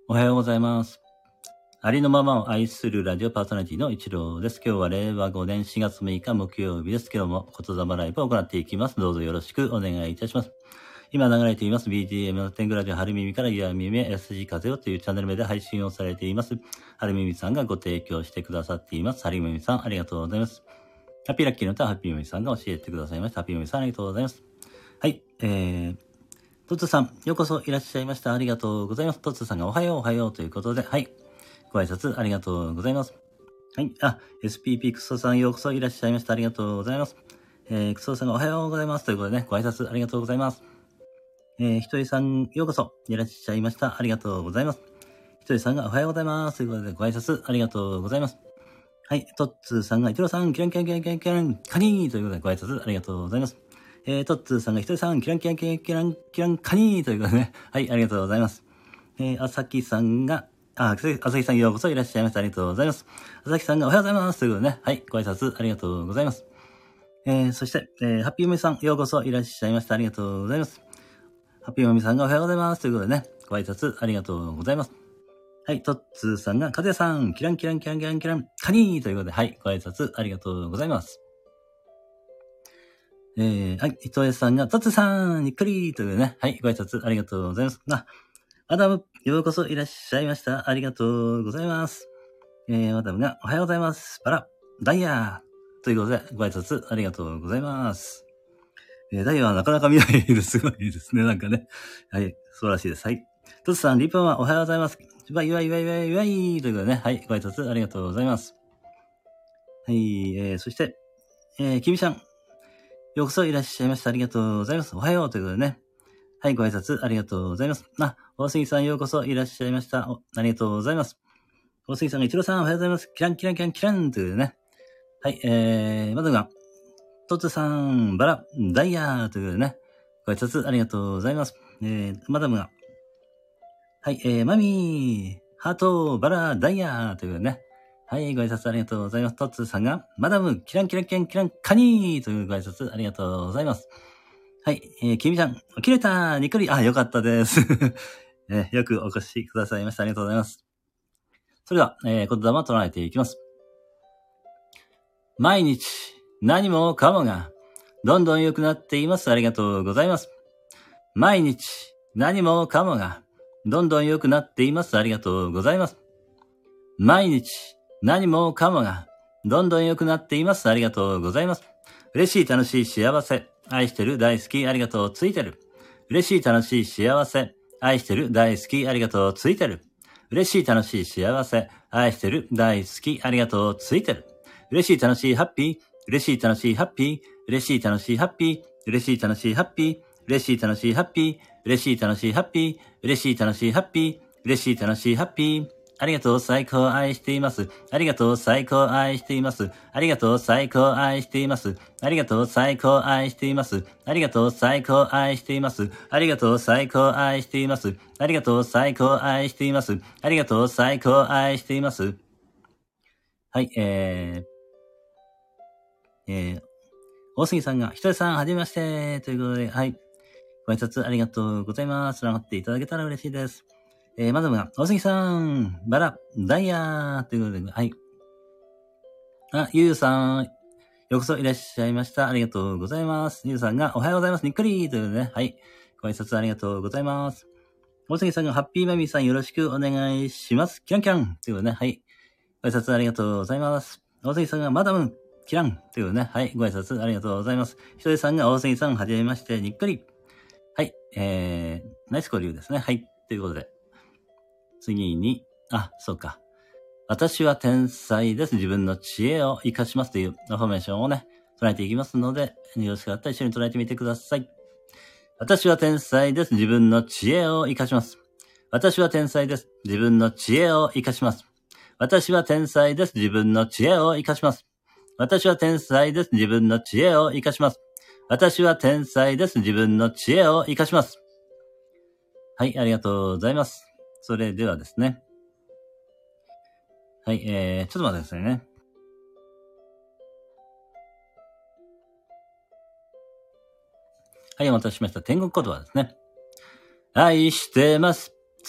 おはようございます。ありのままを愛するラジオパーソナリティの一郎です。今日は令和5年4月6日木曜日です。今日も言霊ライブを行っていきます。どうぞよろしくお願いいたします。今流れています BGM の天狗ラジオ春耳から岩耳へ SG 風をというチャンネル名で配信をされています。春耳さんがご提供してくださっています。春耳さんありがとうございます。ハッピーラッキーの歌はハッピー耳さんが教えてくださいました。ハッピー耳さんありがとうございます。はい、トッツーさん、ようこそいらっしゃいました。ありがとうございます。トッツーさんがおはようおはようということで、はい。ご挨拶ありがとうございます。はい。SPP クソさんようこそいらっしゃいました。ありがとうございます。クソさんがおはようございます。ということでね、ご挨拶ありがとうございます。ひとりさんようこそいらっしゃいました。ありがとうございます。ひとりさんがおはようございます。ということでご挨拶ありがとうございます。はい。トッツーさんがイチローさん、キランキランキランキランキラン、カニーということでご挨拶ありがとうございます。トッツーさんがひとりさん、キランキランキランキランキランカニーということでね、はい、ありがとうございます。あさきさんが、あさきさんようこそいらっしゃいました。ありがとうございます。あさきさんがおはようございます。ということでね、はい、ご挨拶ありがとうございます。そして、ハッピーおみさんようこそいらっしゃいました。ありがとうございます。ハッピーおみさんがおはようございます。ということでね、ご挨拶ありがとうございます。はい、トッツーさんが、かずやさん、キランキランキランキランキラン、カニーということで、はい、ご挨拶ありがとうございます。はい、伊藤さんが、トッツーさん、にっくりというね、はい、ご挨拶ありがとうございます。アダム、ようこそいらっしゃいました。ありがとうございます。アダムが、おはようございます。バラ、ダイヤということで、ご挨拶ありがとうございます。ダイヤはなかなか見ないです。すごいですね。なんかね。はい、素晴らしいです。はい。トツさん、リプンはおはようございます。わいわいわいわいわいということでね。はい、ご挨拶ありがとうございます。はい、そして、キミちゃん、ようこそいらっしゃいました。ありがとうございます。おはようということでね。はい、ご挨拶ありがとうございます。大杉さんようこそいらっしゃいました。ありがとうございます。大杉さんが一郎さんおはようございます。キランキランキランキランというね。はい、まずが、トツさん、バラ、ダイヤーということでね。ご挨拶ありがとうございます。マダムが、はい、マミー、ハート、バラ、ダイヤーということでね。はい、ご挨拶ありがとうございます。トッツーさんが、マダム、キランキランキランキラン、カニーというご挨拶ありがとうございます。はい、キミちゃん、起きれた、にっくり、よかったです。よくお越しくださいました。ありがとうございます。それでは、言霊を唱えていきます。毎日、何もかもが、どんどん良くなっています。ありがとうございます。毎日、何もかもが、どんどん良くなっています。ありがとうございます。毎日、何もかもが、どんどん良くなっています。ありがとうございます。嬉しい、楽しい、幸せ。愛してる、大好き、ありがとう、ついてる。嬉しい、楽しい、幸せ。愛してる、大好き、ありがとう、ついてる。嬉しい、楽しい、幸せ。愛してる、大好き、ありがとう、ついてる。嬉しい、楽しい、ハッピー。嬉しい、楽しい、ハッピー。嬉しい、楽しい、ハッピー。嬉しい、楽しい、ハッピー。嬉しい、楽しい、ハッピー。嬉しい、楽しい、ハッピー。嬉しい、楽しい、ハッピー。嬉しい、楽しい、ハッピー。ありがとう、最高、愛しています。ありがとう、最高、愛しています。ありがとう、最高、愛しています。ありがとう、最高、愛しています。ありがとう、最高、愛しています。ありがとう、最高、愛しています。ありがとう、最高、愛しています。ありがとう、最高、愛しています。はい、大杉さんが、ひとりさん、はじめまして、ということで、はい。ご挨拶ありがとうございます。つながっていただけたら嬉しいです。マダムが、大杉さん、バラ、ダイヤー、ということで、はい。ゆうさん、ようこそいらっしゃいました。ありがとうございます。ゆうさんが、おはようございます。にっくりということでね、はい。ご挨拶ありがとうございます。大杉さんが、ハッピーマミーさん、よろしくお願いします。キランキランということでね、はい。ご挨拶ありがとうございます。大杉さんが、マダム、キランということでね、はい。ご挨拶ありがとうございます。ひとりさんが、大杉さん、はじめまして、にっくり。はい。ナイス交流ですね。はい。ということで。次に、そうか。私は天才です。自分の知恵を活かしますというアファメーションをね、唱えていきますので、よろしかったら一緒に唱えてみてください。私は天才です。自分の知恵を活かします。私は天才です。自分の知恵を活かします。私は天才です。自分の知恵を活かします。私は天才です。自分の知恵を活かします。私は天才です。自分の知恵を活かします。はい、ありがとうございます。それではですね。はい、ちょっと待ってくださいね。はい、お待たせしました。天国言葉ですね。愛してます。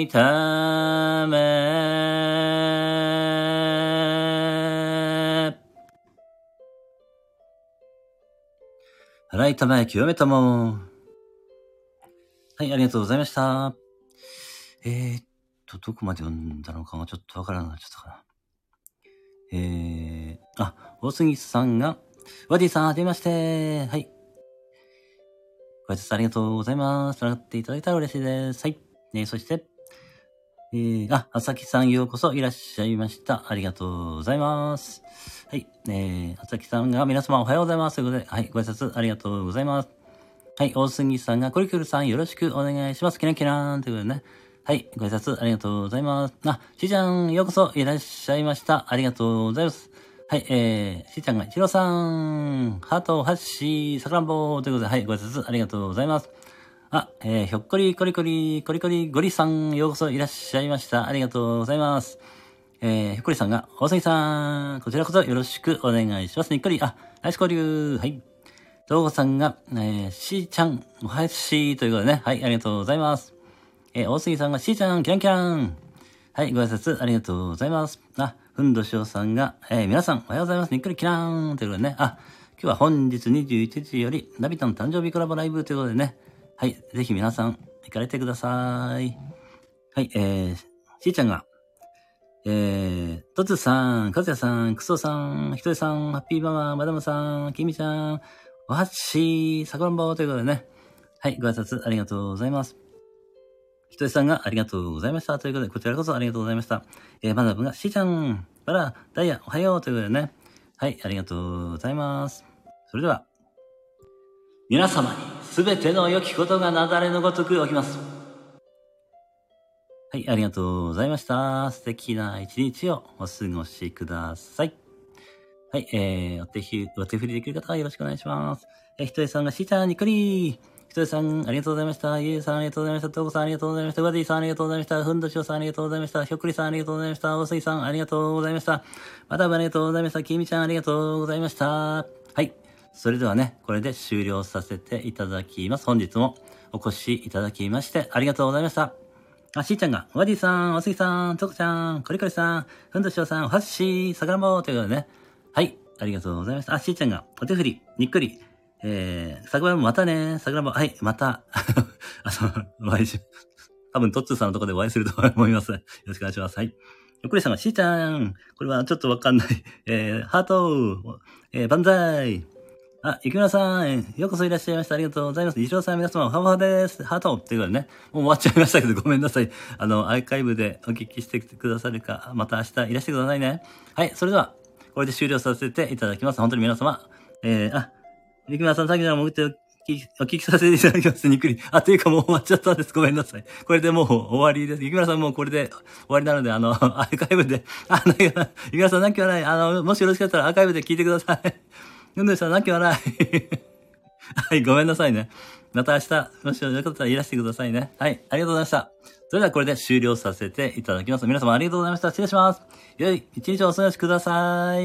みため。洗いため、清めたも。はい、ありがとうございました。どこまで読んだのかがちょっとわからなくなっちゃったかな。大杉さんが、ワディさん、はじめまして。はい。ご挨拶ありがとうございます。つながっていただいたら嬉しいです。はい。そして、あさきさんようこそいらっしゃいました。ありがとうございます。はい。あさきさんが皆様おはようございます。ということで、はい。ご挨拶ありがとうございます。はい。大杉さんが、コリクルさんよろしくお願いします。キラキラーンということでね。はい。ご挨拶ありがとうございます。しーちゃんようこそいらっしゃいました。ありがとうございます。はい。しーちゃんが、ひろさん、ハート、ハッシー、さくらんぼということで、はい。ご挨拶ありがとうございます。ひょっこりコリコリ、コリコリゴリさん、ようこそいらっしゃいました。ありがとうございます。ひょっこりさんが、大杉さん、こちらこそよろしくお願いします。にっこり、ナイス交流。はい。どうごさんが、しーちゃん、おはしーということでね。はい、ありがとうございます。大杉さんが、しーちゃん、キランキラン。はい、ご挨拶ありがとうございます。ふんどしおさんが、皆さん、おはようございます。にっくりキラーンということでね。今日は本日21時より、ナビタの誕生日コラボライブということでね。はい、ぜひ皆さん、行かれてください。はい、しーちゃんが、とつさん、かずやさん、くそさん、ひとりさん、ハッピーママ、マダムさん、きみちゃん、おはっしー、さくらんぼということでね。はい、ご挨拶ありがとうございます。ひとりさんがありがとうございました。ということで、こちらこそありがとうございました。マダムがしーちゃん、バラ、ダイヤ、おはようということでね。はい、ありがとうございます。それでは、皆様にすべての良きことが雪崩のごとく起きます。はい、ありがとうございました。素敵な一日をお過ごしください。はい、お手振りできる方はよろしくお願いします。ひとりさんがしーちゃんにっくり。ひとりさんありがとうございました。ゆうさんありがとうございました。とうこさんありがとうございました。うわディさんありがとうございました。ふんどしおさんありがとうございました。ひょっくりさんありがとうございました。おすいさんありがとうございました。またありがとうございました。きみちゃんありがとうございました。はい。それではね、これで終了させていただきます。本日もお越しいただきましてありがとうございました。しーちゃんが、ワディさん、おすぎさん、とこちゃん、コリコリさん、ふんどしおさん、おはっしー、さくらんぼということでね。はい。ありがとうございました。しーちゃんが、お手振り、にっくり、さくらんぼまたね、さくらんぼ、はい、また、お会いし、多分トッツーさんのところでお会いすると思います。よろしくお願いします。はい。よっくりさんが、しーちゃん、これはちょっとわかんない。ハート、万歳。ゆきむらさん、ようこそいらっしゃいました。ありがとうございます。一郎さん、皆様、ハワハです。ハートっていうことでね、もう終わっちゃいましたけど、ごめんなさい。アーカイブでお聞きしてくださるか、また明日いらしてくださいね。はい、それでは、これで終了させていただきます。本当に皆様、ゆきむらさん、さっきから潜ってお聞きさせていただきます。にっくり。というかもう終わっちゃったんです。ごめんなさい。これでもう終わりです。ゆきむらさんもうこれで終わりなので、アーカイブで、ゆきむらさん、なきゃない。もしよろしかったらアーカイブで聞いてください。ふんどしさん、なきゃない。はい、ごめんなさいね。また明日、もしよかったらいらしてくださいね。はい、ありがとうございました。それではこれで終了させていただきます。皆様ありがとうございました。失礼します。良い一日をお過ごしください。